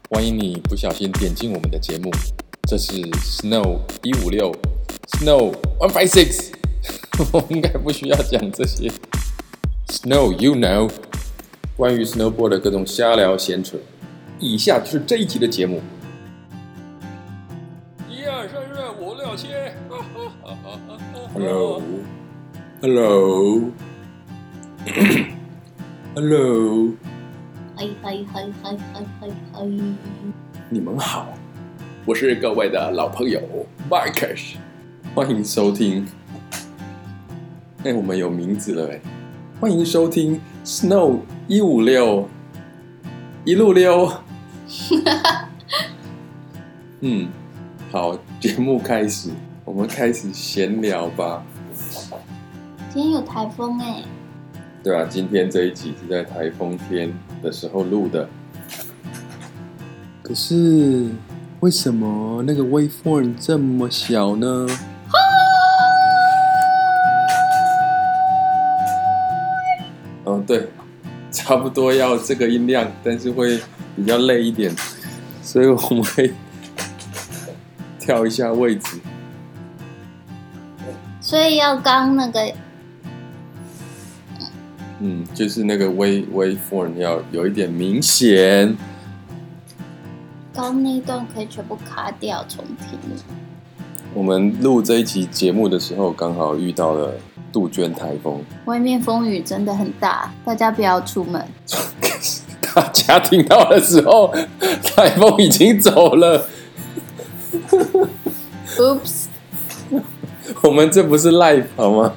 欢迎你不小心点进我们的节目，这是 Snow 156 Snow 156， 我应该不需要讲这些。Snow you know， 关于 snowboard 的各种瞎聊闲扯。以下就是这一集的节目。1、2、3、4、5、6、7。Hello。 嗨， 你们好，我是各位的老朋友 Marcus， 欢迎收听。我们有名字了欢迎收听 Snow 156，一路溜。好，节目开始，我们开始闲聊吧。 今天有台风对啊，今天这一集是在台风天的时候录的。可是为什么那个 waveform 这么小呢？对，差不多要这个音量，但是会比较累一点，所以我们会调一下位置。 所以要刚那个， 就是那个 waveform 要有一点明显。 刚那一段可以全部卡掉重听。 我们录这一集节目的时候，刚好遇到了杜鹃台风， 外面风雨真的很大，大家不要出门。 大家听到的时候，台风已经走了。 Oops， 我们这不是 live 好吗？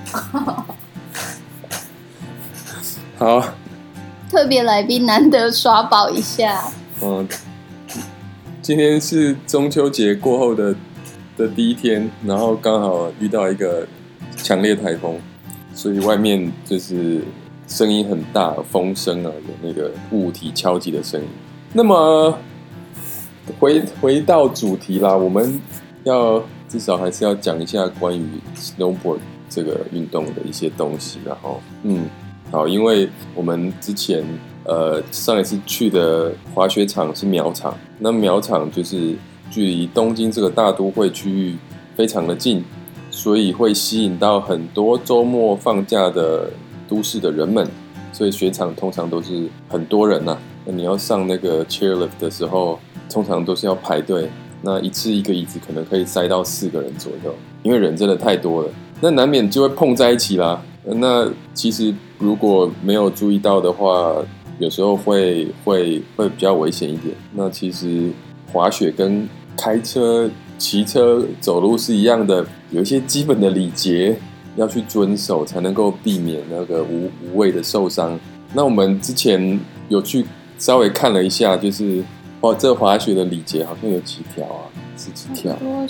好， 特别来宾难得耍宝一下。 今天是中秋节过后的第一天，然后刚好遇到一个强烈台风，所以外面就是声音很大，风声啊，有那个物体敲击的声音。那么回到主题啦，我们要至少还是要讲一下关于 snowboard 这个运动的一些东西，然后好，因为我们之前上一次去的滑雪场是苗场，那苗场就是距离东京这个大都会区域非常的近，所以会吸引到很多周末放假的都市的人们，所以雪场通常都是很多人呐。那你要上那个 chairlift 的时候，通常都是要排队，那一次一个椅子可能可以塞到4个人左右，因为人真的太多了，那难免就会碰在一起啦。那其实如果没有注意到的话，有时候会比较危险一点。那其实滑雪跟开车、骑车、走路是一样的，有一些基本的礼节要去遵守，才能够避免那个无谓的受伤。那我们之前有去稍微看了一下，就是这滑雪的礼节好像有几条啊？是几条？ 多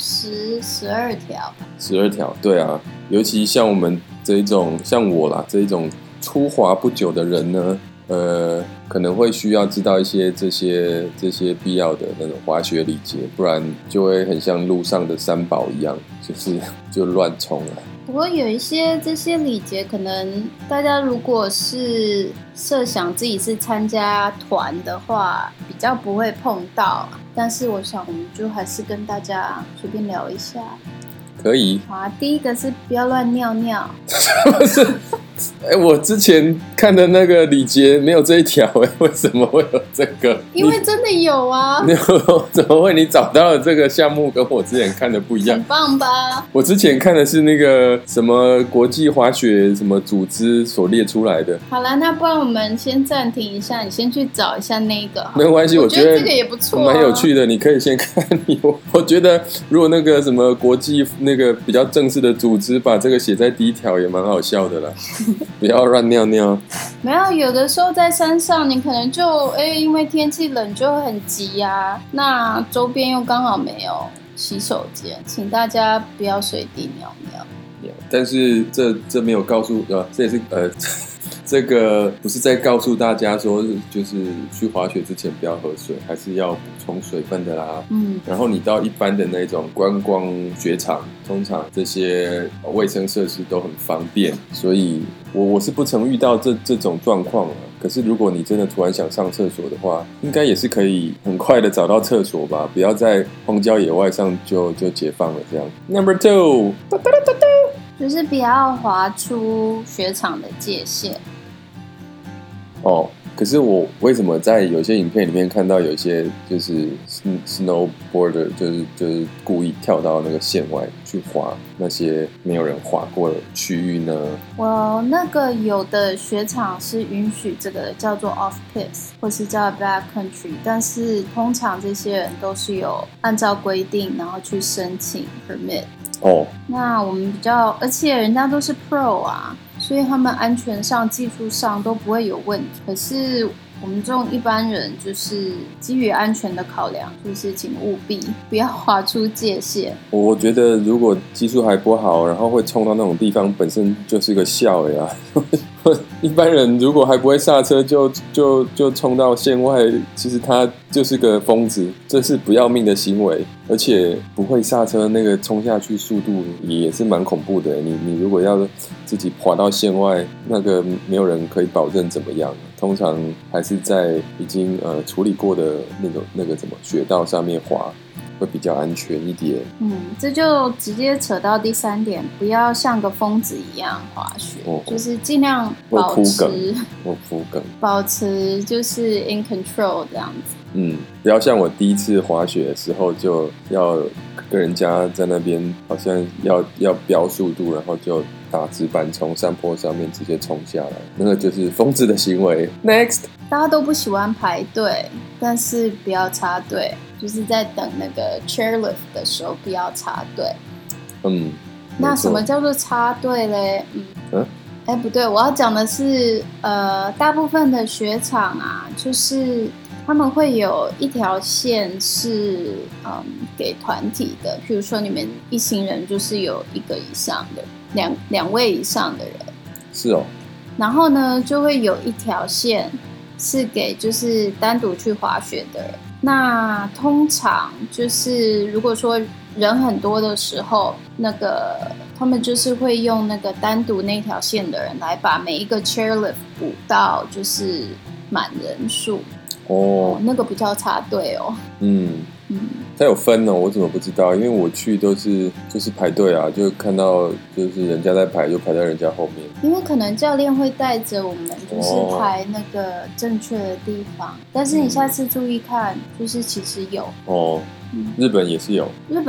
12条。 12条，对啊。尤其像我们这一种，像我啦这一种初滑不久的人呢，可能会需要知道一些这些必要的那种滑雪礼节，不然就会很像路上的三宝一样，就乱冲了。 不过有一些这些礼节，可能大家如果是设想自己是参加团的话，比较不会碰到。但是我想，我们就还是跟大家随便聊一下。 可以。 第一个是不要乱尿尿。 我之前看的那个礼节没有这一条，为什么会有这个？ 因为真的有啊！ 怎么会？你找到了这个项目跟我之前看的不一样？ 很棒吧？ 我之前看的是那个什么国际滑雪什么组织所列出来的。 好了，那不然我们先暂停一下，你先去找一下那个。 没有关系，我觉得这个也不错， 蛮有趣的。你可以先看我觉得如果那个什么国际那个比较正式的组织把这个写在第一条，也蛮好笑的啦。不要乱尿尿。 没有的时候在山上，你可能就因为天气冷就很急啊，那周边又刚好没有洗手间，请大家不要随地尿尿。 但是这没有告诉这也是这个不是在告诉大家说，就是去滑雪之前不要喝水，还是要补充水分的啦。然后你到一般的那种观光雪场，通常这些卫生设施都很方便，所以我是不曾遇到这种状况啊。 可是如果你真的突然想上厕所的话，应该也是可以很快的找到厕所吧，不要在荒郊野外上就解放了这样。Number 2， 就是不要划出雪场的界限。 哦，可是我为什么在有些影片里面看到有些就是 snowboarder 就是故意跳到那个线外去滑那些没有人滑过的区域呢？ 那个有的雪场是允许这个叫做 off piste 或是叫 back country， 但是通常这些人都是有按照规定然后去申请 permit。 哦， 那我们比较，而且人家都是 pro 啊，所以他们安全上、技术上都不会有问题。可是我们这种一般人，就是基于安全的考量，就是请务必不要划出界限。 我觉得如果技术还不好，然后会冲到那种地方，本身就是个笑呀。一般人如果还不会刹车就冲到线外，其实他就是个疯子，这是不要命的行为。而且不会刹车，那个冲下去速度也是蛮恐怖的。你如果要自己滑到线外，那个没有人可以保证怎么样。通常还是在已经处理过的那个什么雪道上面滑，会比较安全一点。 这就直接扯到第3点，不要像个疯子一样滑雪，就是尽量保持保持就是 in control 这样子。 不要像我第一次滑雪的时候，就要跟人家在那边好像要飙速度，然后就打直板从山坡上面直接冲下来，那个就是疯子的行为。Next， 大家都不喜欢排队，但是不要插队，就是在等那个 chairlift 的时候不要插队。那什么叫做插队嘞？不对，我要讲的是，大部分的雪场啊，就是他们会有一条线是给团体的，譬如说你们一行人就是有1个以上的两位以上的人， 是哦。 然后呢，就会有一条线是给就是单独去滑雪的人。那通常就是如果说人很多的时候，那个他们就是会用那个单独那条线的人来把每一个 chairlift 补到就是满人数。那个不叫插队哦。 它有分哦，我怎么不知道？因为我去都是就是排队啊，就看到就是人家在排，就排在人家后面。 因为可能教练会带着我们就是排那个正确的地方，但是你下次注意看，就是其实有日本也是有，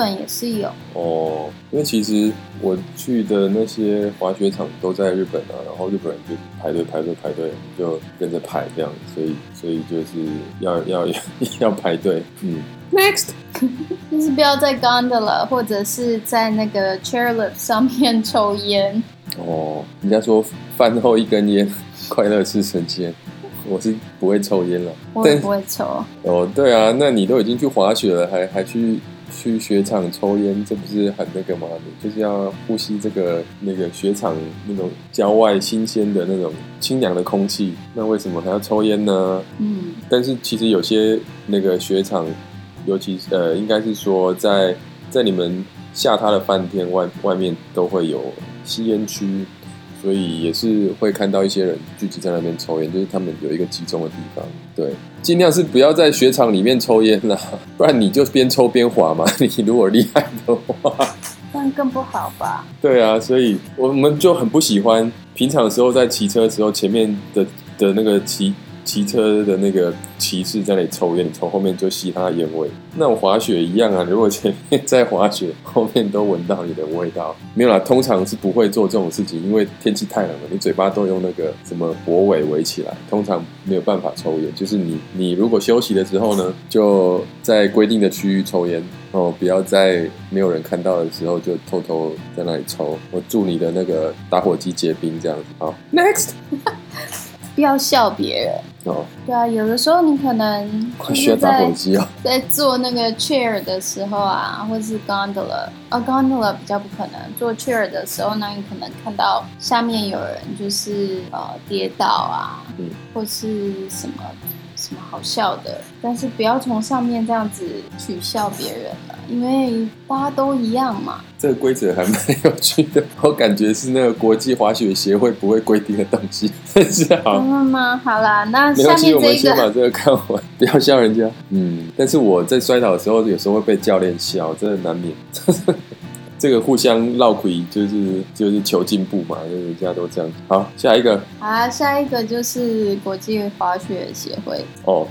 因为其实我去的那些滑雪场都在日本啊，然后日本人就排队，就跟着排这样，所以就是要排队。Next， 就是不要在 gondola 或者是在那个 chairlift 上面抽烟。 人家说饭后1根烟，快乐是神仙。我是不会抽烟了， 我也不会抽。 对啊，那你都已经去滑雪了，还去雪场抽烟，这不是很那个吗？你就是要呼吸这个那个雪场那种郊外新鲜的那种清凉的空气，那为什么还要抽烟呢？但是其实有些那个雪场，尤其应该是说在你们下榻的饭店外面都会有吸烟区。所以也是会看到一些人聚集在那边抽烟，就是他们有一个集中的地方。对，尽量是不要在雪场里面抽烟啦，不然你就边抽边滑嘛。你如果厉害的话， 这样更不好吧？ 对啊，所以我们就很不喜欢平常的时候在骑车的时候，前面的那个骑车的那个骑士在那里抽烟，你从后面就吸他的烟味。那种滑雪一样啊，如果前面在滑雪，后面都闻到你的味道，没有啦，通常是不会做这种事情，因为天气太冷了，你嘴巴都用那个什么脖尾围起来，通常没有办法抽烟。就是你如果休息的时候呢，就在规定的区域抽烟不要在没有人看到的时候就偷偷在那里抽。我祝你的那个打火机结冰这样子。好 ，Next。 不要笑别人。对啊，有的时候你可能需要打火机在坐那个 chair 的时候啊，或是 gondola 比较不可能。坐 chair 的时候呢，你可能看到下面有人就是跌倒啊，或是什么什么好笑的，但是不要从上面这样子取笑别人了，因为大家都一样嘛。 这个规则还蛮有趣的，我感觉是那个国际滑雪协会不会规定的东西。但是好， 真的吗？好啦，那没关系，我下面这个， 们先把这个看完，不要笑人家。但是我在摔倒的时候，有时候会被教练笑，真的难免。这个互相绕亏，就是求进步嘛，因为人家都这样。好，下一个。 好，下一个就是国际滑雪协会。 哦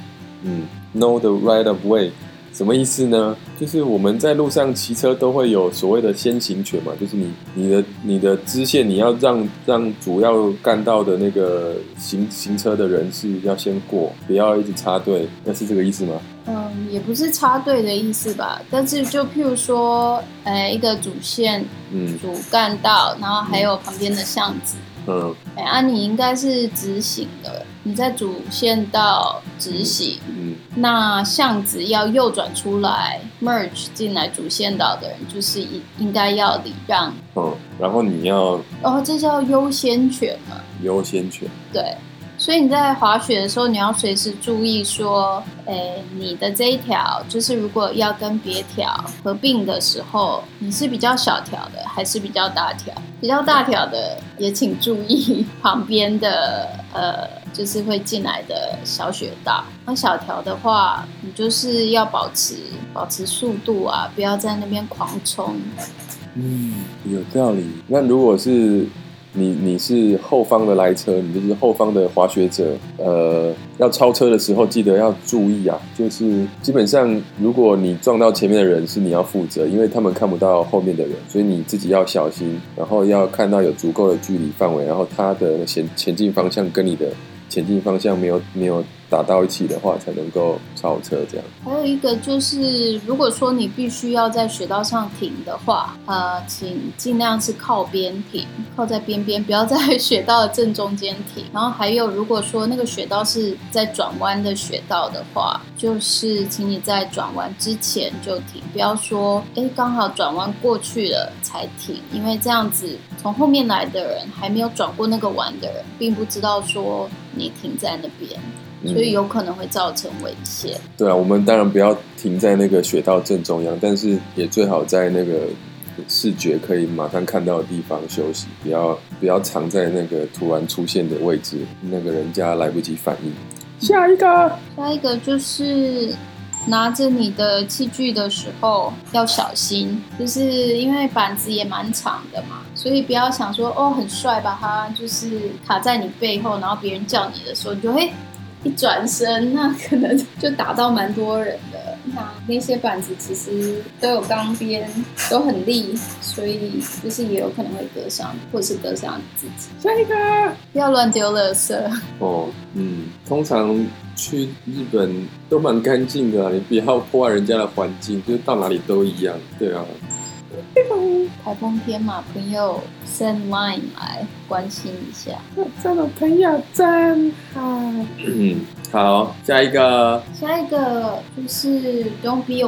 ，Know the right of way。什么意思呢？就是我们在路上骑车都会有所谓的先行权嘛，就是你的支线你要让主要干道的那个行车的人士要先过，不要一直插队，那是这个意思吗？ 也不是插队的意思吧，但是就譬如说，一个主线，主干道，然后还有旁边的巷子，你应该是直行的，你在主线道直行，那巷子要右转出来 merge 进来主线道的人，就是应该要礼让， 然后你要， 这叫优先权嘛？ 优先权， 对。所以你在滑雪的时候，你要随时注意说，你的这一条就是如果要跟别条合并的时候，你是比较小条的还是比较大条？比较大条的也请注意旁边的就是会进来的小雪道。那小条的话，你就是要保持速度啊，不要在那边狂冲。 有道理。那如果是你是后方的来车，你就是后方的滑雪者，要超车的时候记得要注意啊，就是基本上如果你撞到前面的人是你要负责，因为他们看不到后面的人，所以你自己要小心，然后要看到有足够的距离范围，然后他的前进方向跟你的前进方向没有打到一起的话，才能够超车这样。 还有一个就是，如果说你必须要在雪道上停的话，请尽量是靠边停，靠在边边，不要在雪道的正中间停。然后还有，如果说那个雪道是在转弯的雪道的话，就是请你在转弯之前就停，不要说刚好转弯过去了才停，因为这样子从后面来的人还没有转过那个弯的人，并不知道说你停在那边。所以有可能会造成危险。 对啊，我们当然不要停在那个雪道正中央，但是也最好在那个视觉可以马上看到的地方休息，不要藏在那个突然出现的位置，那个人家来不及反应。下一个就是拿着你的器具的时候要小心，就是因为板子也蛮长的嘛，所以不要想说很帅，把它就是卡在你背后，然后别人叫你的时候，你就一转身，那可能就打到蛮多人的。那些板子其实都有钢边，都很利，所以就是也有可能会割伤，或者是割伤你自己。 下一个， 不要乱丢垃圾。 通常去日本都蛮干净的你不要破坏人家的环境，就是到哪里都一样。对啊。 台风天嘛，朋友 send line 来关心一下。 这种朋友真好。好，下一个就是 don't be a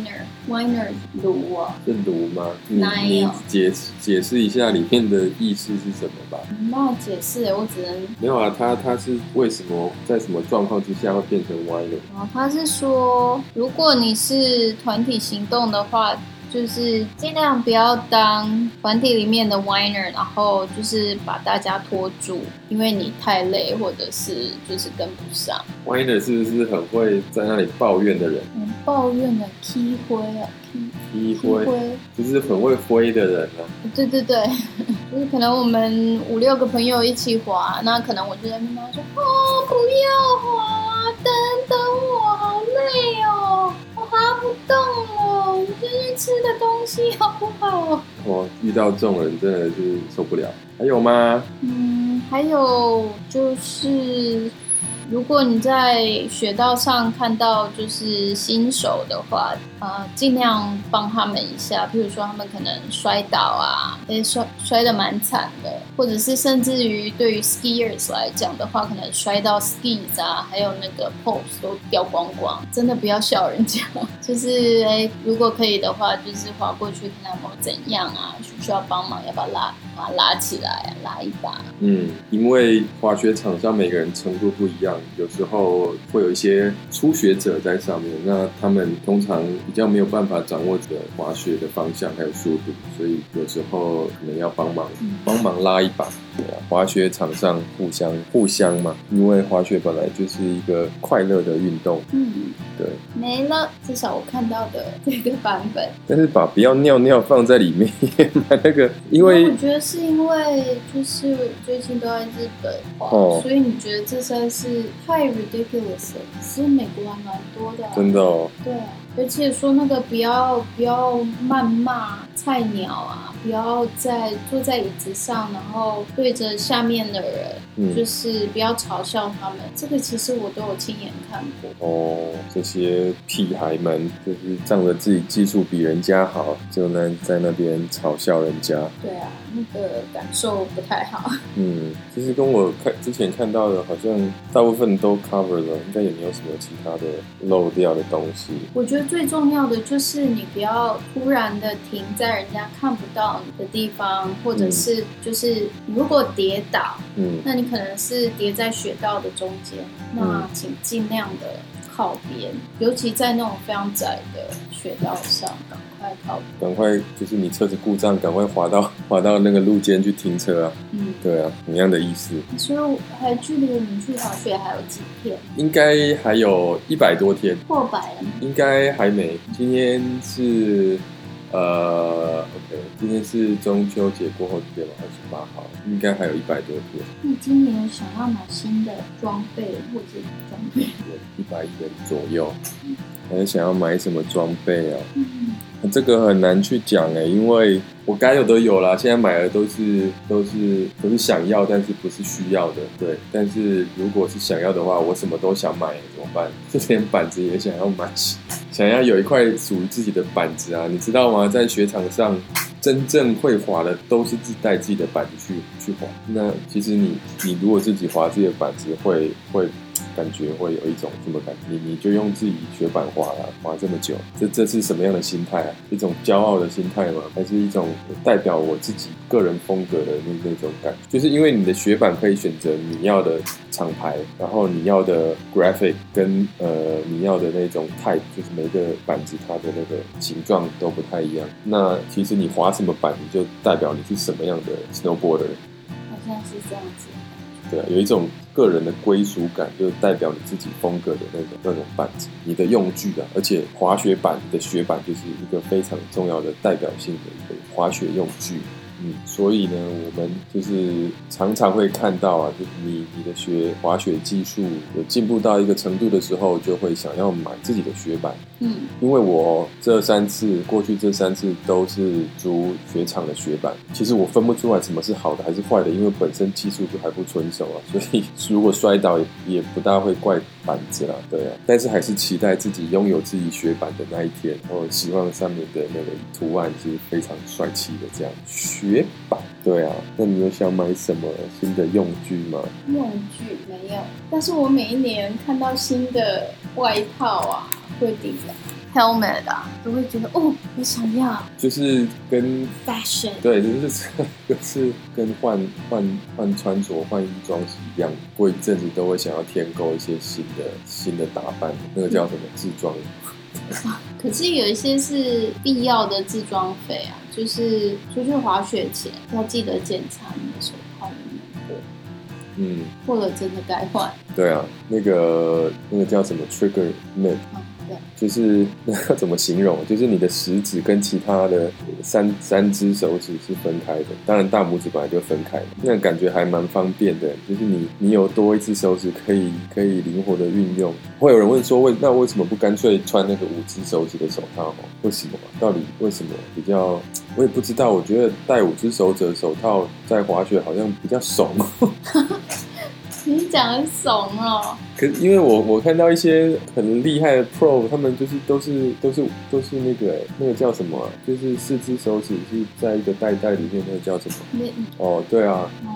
whiner 卢啊， 是卢吗？你解释一下里面的意思是什么吧？ 那解释我只能没有啊，他是为什么在什么状况之下会变成 whiner？ 他是说，如果你是团体行动的话，就是尽量不要当团体里面的 whiner， 然后就是把大家拖住，因为你太累或者是就是跟不上。 whiner 是不是很会在那里抱怨的人？ 抱怨的踢灰啊， 踢灰，就是很会挥的人啊。 对，就是可能我们5-6个朋友一起滑，那可能我就在那边说不要滑，等等我，好累哦，我滑不动了，我先去吃个东西好不好？ 遇到这种人真的是受不了。还有吗？ 还有就是。如果你在雪道上看到就是新手的话，尽量帮他们一下。譬如说他们可能摔倒啊，摔得蛮惨的，或者是甚至于对于 skiers 来讲的话，可能摔到 skis 啊，还有那个 poles 都掉光光。真的不要笑人家，就是如果可以的话，就是滑过去看他们怎样啊，需不需要帮忙，要不要把它拉起来，拉一把。 因为滑雪场上每个人程度不一样。 有时候会有一些初学者在上面，那他们通常比较没有办法掌握这个滑雪的方向还有速度，所以有时候可能要帮忙拉一把。对啊，滑雪场上互相嘛，因为滑雪本来就是一个快乐的运动。对， 没了，至少我看到的这个版本。 但是把不要尿尿放在里面也蛮那个，因为我觉得是因为就是最近都在日本滑，所以你觉得这实在是太 ridiculous 了。其实美国还蛮多的真的哦。 对啊，而且说那个不要谩骂菜鸟啊，不要再坐在椅子上，然后对着下面的人，就是不要嘲笑他们。这个其实我都有亲眼看过。 这些屁孩们就是仗着自己技术比人家好，就在那边嘲笑人家。 对啊，那个感受不太好。 其实跟我之前看到的，好像大部分都 cover 了，应该也没有什么其他的漏掉的东西。 我觉得最重要的就是你不要突然的停在人家看不到你的地方，或者是就是如果跌倒，那你可能是跌在雪道的中间，那请尽量的靠边，尤其在那种非常窄的雪道上，赶快就是你车子故障，赶快滑到那个路肩去停车啊。对啊，同样的意思。 所以还距离我们去滑雪还有几天？ 应该还有100多天。 破100了吗？ 应该还没。今天是OK， 今天是中秋节过后几天嘛？28号，应该还有100多天。 你今年想要买新的装备或者装备 ？100天左右。还是想要买什么装备啊？这个很难去讲因为我该有都有啦，现在买的都是想要，但是不是需要的。对，但是如果是想要的话，我什么都想买，怎么办？就连板子也想要买，想要有一块属于自己的板子啊，你知道吗？在雪场上，真正会滑的都是带自己的板子去滑。那其实你如果自己滑自己的板子会感觉会有一种什么感觉？你就用自己雪板滑这么久，这是什么样的心态啊？一种骄傲的心态吗？还是一种代表我自己个人风格的那种感觉？就是因为你的雪板可以选择你要的厂牌，然后你要的 graphic 跟你要的那种 type， 就是每个板子它的那个形状都不太一样。那其实你滑什么板，你就代表你是什么样的 snowboarder。 好像是这样子。 对啊，有一种个人的归属感，就是代表你自己风格的那种板子，你的用具啊，而且滑雪板的雪板就是一个非常重要的代表性的一个滑雪用具。所以呢，我们就是常常会看到啊，就是你的滑雪技术有进步到一个程度的时候，就会想要买自己的雪板。因为我过去这3次都是租雪场的雪板，其实我分不出来什么是好的还是坏的，因为本身技术就还不纯熟啊，所以如果摔倒也不大会怪板子啦，对啊。但是还是期待自己拥有自己雪板的那一天，然后希望上面的那个图案是非常帅气的这样雪板。对啊，那你有想买什么新的用具吗？ 用具没有，但是我每一年看到新的外套啊，会顶的 helmet 啊，都会觉得我想要， 就是跟 fashion， 对，就是跟换穿着换衣装是一样，过一阵子都会想要添购一些新的打扮，那个叫什么制装。 可是有一些是必要的自装费啊，就是出去滑雪前要记得检查你的手套有没有破，破了真的该换。 对啊，那个叫什么 trigger net，就是那要怎么形容？就是你的食指跟其他的三只手指是分开的，当然大拇指本来就分开的，那感觉还蛮方便的。就是你有多一只手指可以灵活的运用。会有人问说，那为什么不干脆穿那个5只手指的手套？为什么？到底为什么比较？我也不知道。我觉得戴5只手指的手套在滑雪好像比较怂。 你讲很怂哦。 可是因为我看到一些很厉害的 pro， 他们就是都是那个叫什么就是4只手指是在一个袋里面，那个叫什么？对啊。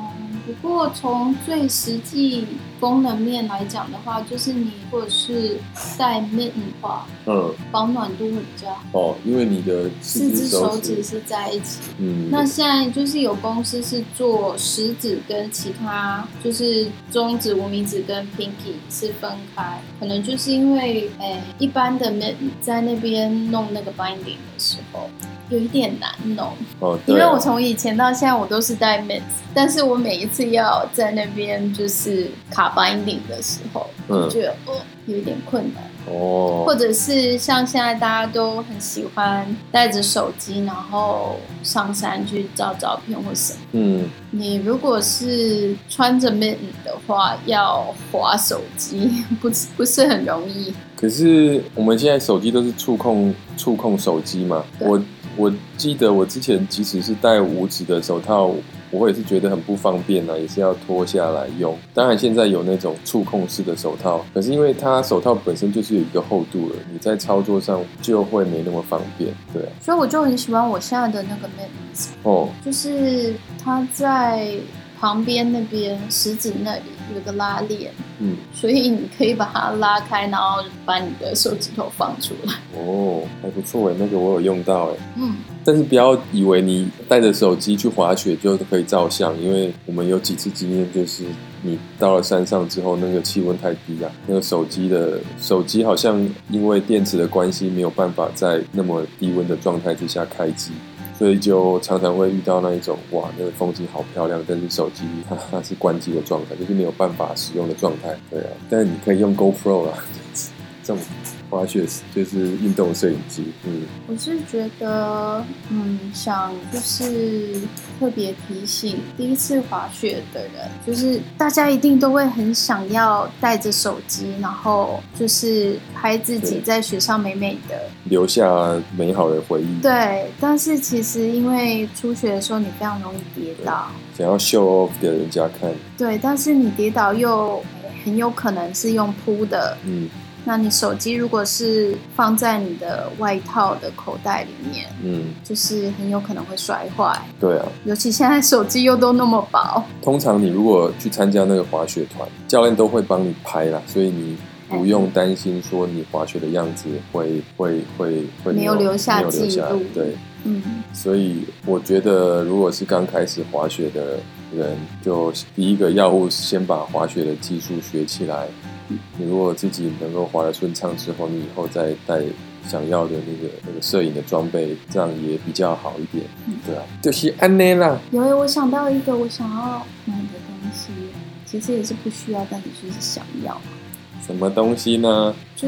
不过从最实际功能面来讲的话，就是你如果是戴 mitten 的话，保暖度会比较好。 因为你的 4只手指是在一起。那现在就是有公司是做食指跟其他，就是中指、无名指跟 pinky 是分开，可能就是因为一般的 mitten 在那边弄那个 binding 的时候有一点难弄因为我从以前到现在我都是戴 mitts， 但是我每一次要在那边就是卡 binding 的时候，就觉得有一点困难或者是像现在大家都很喜欢带着手机然后上山去照照片或什么你如果是穿着 mitten 的话要滑手机不是很容易。 可是我们现在手机都是触控手机嘛，我记得我之前即使是戴无指的手套，我也是觉得很不方便也是要脱下来用。当然现在有那种触控式的手套，可是因为它手套本身就是有一个厚度了，你在操作上就会没那么方便。对啊， 所以我就很喜欢我现在的那个 mittens就是它在旁边那边食指那里有个拉链所以你可以把它拉开，然后把你的手指头放出来。 还不错那个我有用到但是不要以为你带着手机去滑雪就可以照相，因为我们有几次经验就是你到了山上之后那个气温太低那个手机好像因为电池的关系没有办法在那么低温的状态之下开机，所以就常常会遇到那一种那个风景好漂亮，但是手机它是关机的状态，就是没有办法使用的状态。对啊，但是你可以用 GoPro 这种滑雪就是运动摄影机。 我是觉得想就是特别提醒第一次滑雪的人，就是大家一定都会很想要带着手机，然后就是拍自己在雪上美美的， 留下美好的回忆。 对，但是其实因为初学的时候你非常容易跌倒， 想要 show off 给人家看。对， 但是你跌倒又很有可能是用扑的。那你手机如果是放在你的外套的口袋里面就是很有可能会摔坏。 对啊， 尤其现在手机又都那么薄。 通常你如果去参加那个滑雪团，教练都会帮你拍啦，所以你不用担心说你滑雪的样子会没有留下记录。 对，所以我觉得如果是刚开始滑雪的人，就第一个要务先把滑雪的技术学起来。你如果自己能够滑得顺畅之后，你以后再带想要的那个摄影的装备，这样也比较好一点。对啊，就是安内啦。 我想到一个我想要买的东西，其实也是不需要，但你就是想要。 什么东西呢？就是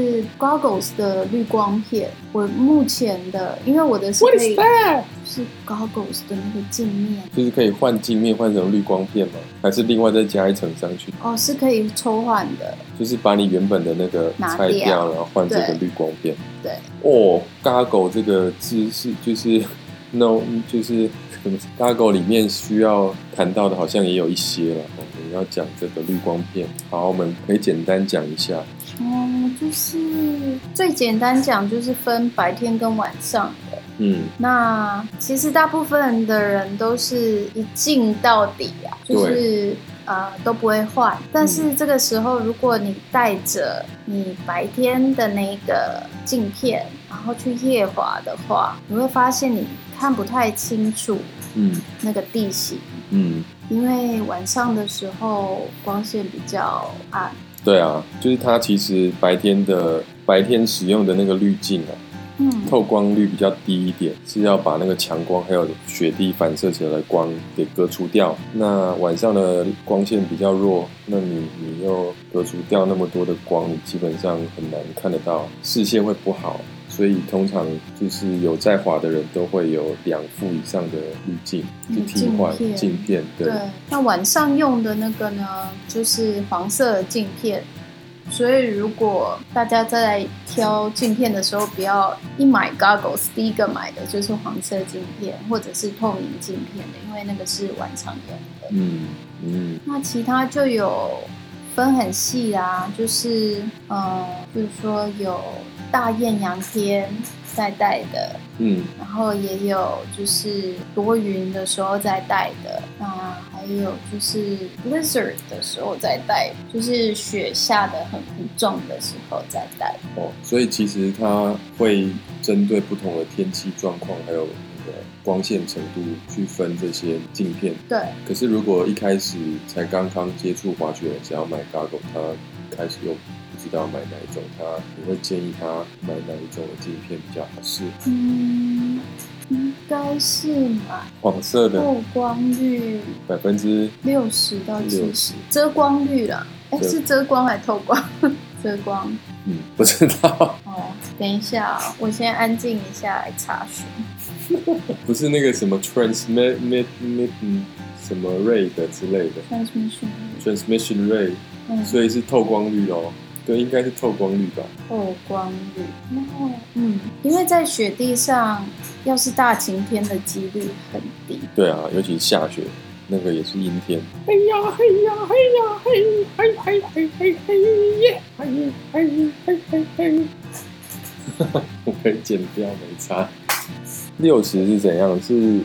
Goggles 的滤光片。我目前的，因为我的是可以，是 Goggles 的那个镜面， 就是可以换镜面换成滤光片吗？还是另外再加一层上去？ 是可以抽换的， 就是把你原本的那个拆掉，然后换这个滤光片。 对。 Goggle 这个字是就是就是Goggle 里面需要谈到的好像也有一些了。我们要讲这个滤光片，好，我们可以简单讲一下。 就是最简单讲就是分白天跟晚上的。那其实大部分的人都是一镜到底就是都不会换。但是这个时候如果你带着你白天的那个镜片然后去夜滑的话，你会发现你看不太清楚那个地形。因为晚上的时候光线比较暗。 对啊，就是它其实白天使用的那个滤镜透光率比较低一点，是要把那个强光还有雪地反射起来的光给隔除掉。那晚上的光线比较弱，那你又隔除掉那么多的光，你基本上很难看得到，视线会不好。所以通常就是有在滑的人都会有2副以上的滤镜去替换镜片。对， 那晚上用的那个呢，就是黄色镜片。所以如果大家在挑镜片的时候，不要一买 Goggles 第一个买的就是黄色镜片或者是透明镜片的，因为那个是晚上用的。那其他就有分很细就是比如说有大艳阳天再戴的，然后也有就是多云的时候再戴的，那还有就是 blizzard 的时候再戴，就是雪下的很重的时候再戴。 所以其实它会针对不同的天气状况，还有那个光线程度去分这些镜片。 对。 可是如果一开始才刚刚接触滑雪，想要买 goggle， 他开始又不知道买哪一种，你会建议他买哪一种的镜片比较合适？ 应该是买黄色的透光率 60% 到70%，遮光率啦。是遮光还是透光？遮光。 不知道。 等一下我先安静一下来查询。 不是那个什么 transmit 什么 ray 的之类的 transmission ray，所以是透光率哦。对，应该是透光率吧。 透光率，然后因为在雪地上，要是大晴天的几率很低。 对啊，尤其是下雪，那个也是阴天。 嘿呀嘿呀嘿呀嘿嘿嘿嘿嘿嘿耶嘿嘿嘿嘿嘿。 我可以剪掉，没差。60是怎样？是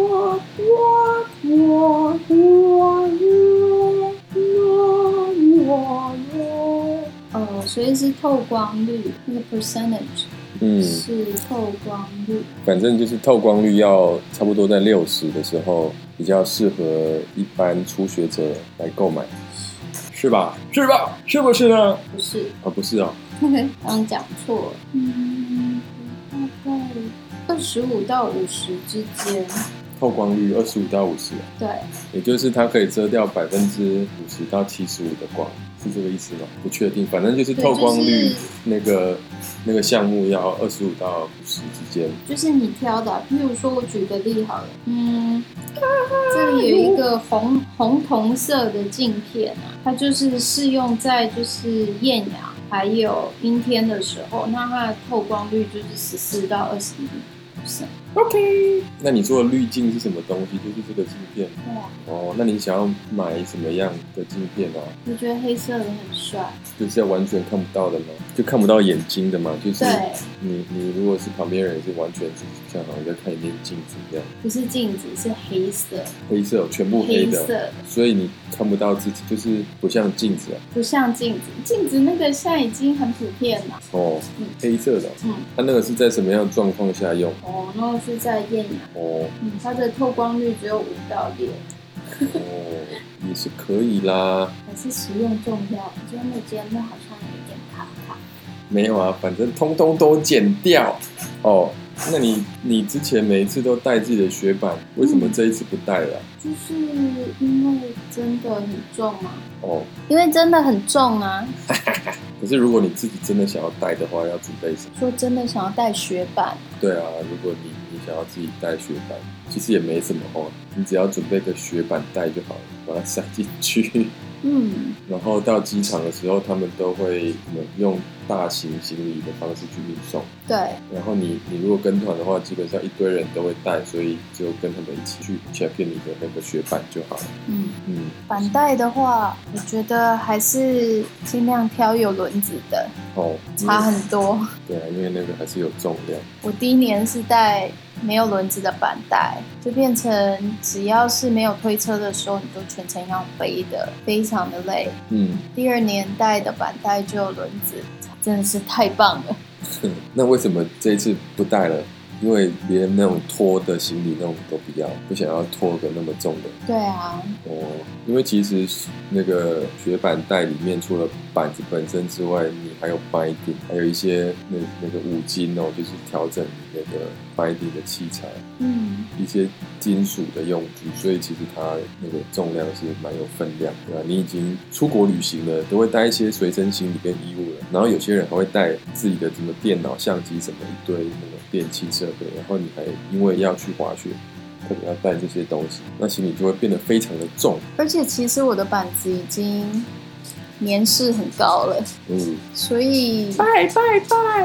所以是透光率，那个 percentage 是透光率。 反正就是透光率要差不多在60的时候，比较适合一般初学者来购买，是吧？是吧？是不是呢？ 不是。 不是哦。 刚讲错了。大概25到50之间。 透光率25到50。 对。 也就是它可以遮掉50%到75%的光。是这个意思吗？不确定，反正就是透光率那个项目要25到50之间。 就是你挑的，譬如说我举个例好了，这里有一个红铜色的镜片啊，它就是适用在就是艳阳还有阴天的时候，那它的透光率就是14到21%。 OK。 那你说的滤镜是什么东西？就是这个镜片。那你想要买什么样的镜片啊？ 我觉得黑色的很帅。 就是要完全看不到的吗？就看不到眼睛的吗？就是对。 你如果是旁边人是完全是像好像在看一面镜子一样。 不是镜子，是黑色。 黑色，全部黑的。 黑色。 所以你看不到自己，就是不像镜子啊。 不像镜子，镜子那个现在已经很普遍了。 黑色的。它那个是在什么样的状况下用？ 那个是在艳阳。它的透光率只有5到6。 也是可以啦。 还是食用重要，就那间那好像有点卡。 没有啊，反正通通都剪掉。那你之前每一次都带自己的雪板，为什么这一次不带了？ 就是因为真的很重啊。 因为真的很重啊。 可是如果你自己真的想要带的话，要准备什么？ 说真的想要带雪板。 对啊，如果你想要自己带雪板，其实也没什么你只要准备个雪板带就好了，把它塞进去。然后到机场的时候，他们都会用大型行李的方式去运送。 对。 然后你如果跟团的话，基本上一堆人都会带，所以就跟他们一起去 check in 你的那个雪板就好了。 板带的话，我觉得还是尽量挑有轮子的。差很多。 对啊，因为那个还是有重量。 我第一年是带没有轮子的板带，就变成只要是没有推车的时候，你就全程要背的，非常的累。第2年带的板带就有轮子，真的是太棒了。 那为什么这一次不带了？因为连那种拖的行李那种都不想要拖个那么重的。 对啊。 因为其实那个雪板带里面除了板子本身之外，你还有 binding， 还有一些那个五金就是调整你那个 binding 的器材，一些金属的用具，所以其实它那个重量是蛮有分量，对吧？你已经出国旅行了，都会带一些随身行李跟衣物了，然后有些人还会带自己的什么电脑、相机什么一堆那个电器设备，然后你还因为要去滑雪，特别要带这些东西，那行李就会变得非常的重。 而且其实我的板子已经年事很高了，所以拜，不是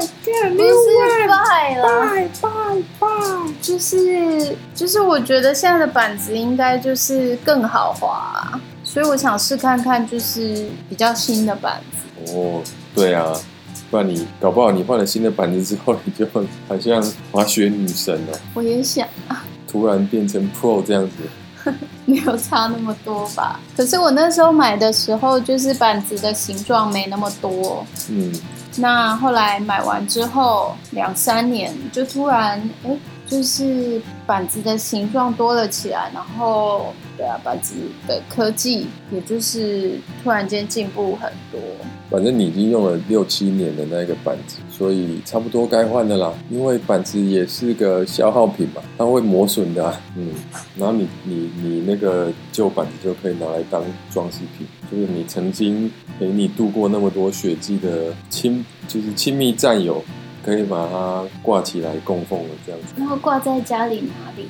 拜啦， 拜， 就是我觉得现在的板子应该就是更好滑，所以我想试看看，就是比较新的板子。 对啊，不然你搞不好你换了新的板子之后，你就好像滑雪女神了。 我也想啊， 突然变成 Pro 这样子。 没有差那么多吧。可是我那时候买的时候，就是板子的形状没那么多。那后来买完之后2-3年，就突然就是板子的形状多了起来，然后对啊，板子的科技也就是突然间进步很多。 反正你已经用了6-7年的那个板子，所以差不多该换的啦。因为板子也是个消耗品嘛，它会磨损的然后你那个旧板子就可以拿来当装饰品，就是你曾经陪你度过那么多雪季的就是亲密战友，可以把它挂起来供奉了这样子。 然后挂在家里哪里？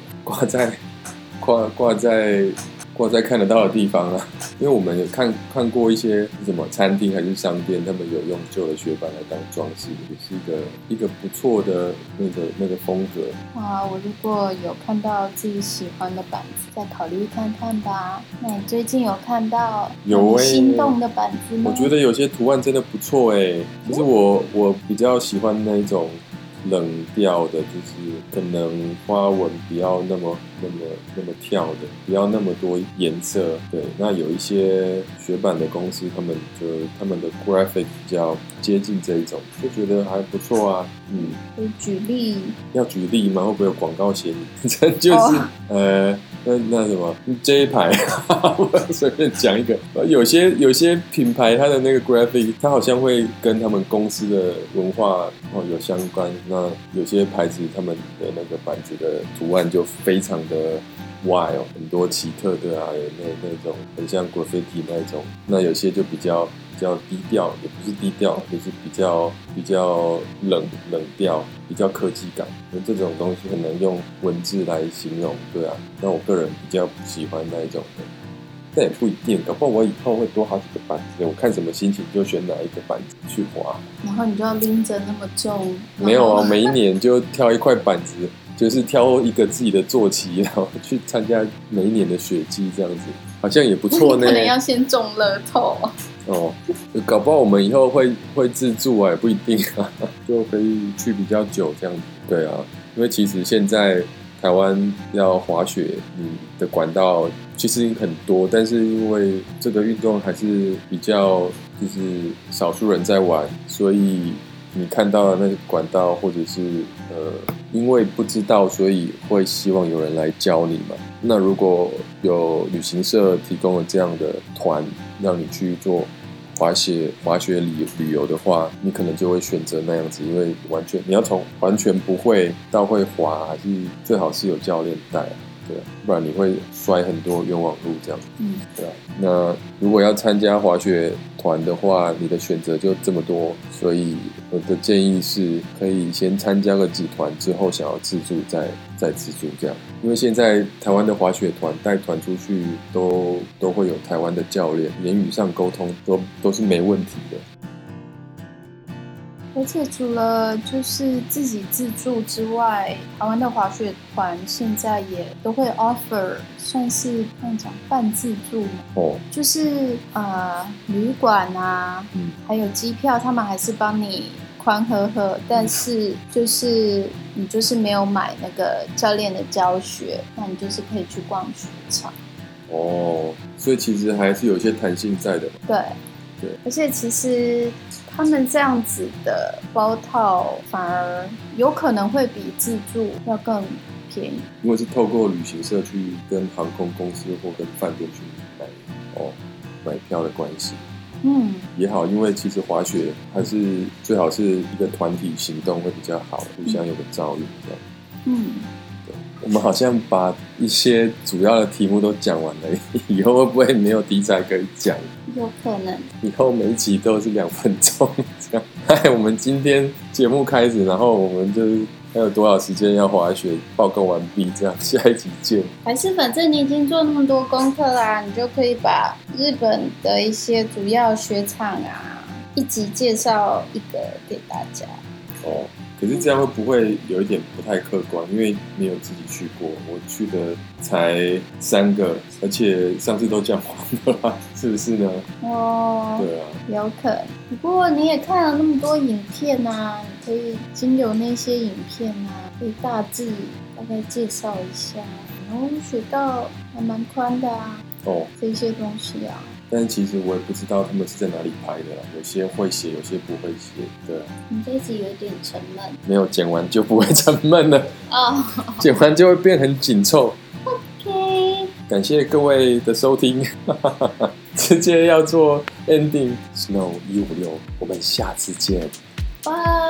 挂在看得到的地方啊，因为我们有看过一些什么餐厅还是商店，他们有用旧的雪板来当装饰，也是一个不错的那个风格。 我如果有看到自己喜欢的板子，再考虑看看吧。那你最近有看到有心动的板子吗？ 我觉得有些图案真的不错其实我比较喜欢那一种冷调的，就是可能花纹不要那么跳的，不要那么多颜色。对，那有一些雪板的公司，他们的 graphic 比较接近这一种，就觉得还不错啊。 可以举例？ 要举例吗？会不会有广告嫌疑？这就是那什么 J 牌，我随便讲一个。有些品牌它的那个 graphic， 它好像会跟他们公司的文化有相关。那有些牌子他们的那个板子的图案就非常的 wild， 很多奇特的啊，有那种很像 graffiti 那种。那有些就比较低调，也不是低调，就是比较冷调，比较科技感。这种东西很难用文字来形容，对啊。那我个人比较喜欢那一种的。但也不一定，搞不好我以后会多好几个板子，我看什么心情就选哪一个板子去滑。 然后你就要拎着那么重？ 没有啊，每一年就挑一块板子，就是挑一个自己的坐骑，然后去参加每一年的雪季，这样子好像也不错呢。 可能要先中乐透搞不好我们以后会自助啊，也不一定啊，就可以去比较久这样子。对啊，因为其实现在台湾要滑雪，你的管道其实很多，但是因为这个运动还是比较就是少数人在玩，所以你看到的那个管道，或者是因为不知道，所以会希望有人来教你嘛。那如果有旅行社提供了这样的团，让你去做滑雪旅游的话，你可能就会选择那样子，因为你要从完全不会到会滑，还是最好是有教练带啊。对啊，不然你会摔很多冤枉路这样。对啊。那如果要参加滑雪团的话，你的选择就这么多，所以我的建议是可以先参加个几团，之后想要自助再自助这样。因为现在台湾的滑雪团带团出去都会有台湾的教练，言语上沟通都是没问题的。 而且除了就是自己自助之外，台湾的滑雪团现在也都会 offer 算是讲半自助嘛。就是旅馆啊，还有机票，他们还是帮你宽呵呵，但是就是你就是没有买那个教练的教学，那你就是可以去逛雪场。 所以其实还是有一些弹性在的。 对，而且其实他们这样子的包套反而有可能会比自助要更便宜， 因为是透过旅行社去跟航空公司或跟饭店去买票的关系。也好，因为其实滑雪还是最好是一个团体行动会比较好，互相有个照应这样。我们好像把一些主要的题目都讲完了，以后会不会没有题材可以讲？ 有可能。 以后每一集都是2分钟这样。我们今天节目开始，然后我们就是还有多少时间要滑雪，报告完毕，这样下一集见。 还是反正你已经做那么多功课啦，你就可以把日本的一些主要雪场啊，一集介绍一个给大家。 可是这样会不会有一点不太客观？因为没有自己去过，我去的才3个，而且上次都讲完了啦，是不是呢？对啊， 有可能。不过你也看了那么多影片啊，你可以经由那些影片啊，可以大概介绍一下，然水道还蛮宽的啊， 哦， 这些东西啊。 但是其实我也不知道他们是在哪里拍的啦，有些会写，有些不会写。对啊， 你这一集有点沉闷没有剪完就不会沉闷了， 哦。 剪完就会变很紧凑。 OK， 感谢各位的收听，直接要做 ending。Snow 156，我们下次见。 拜。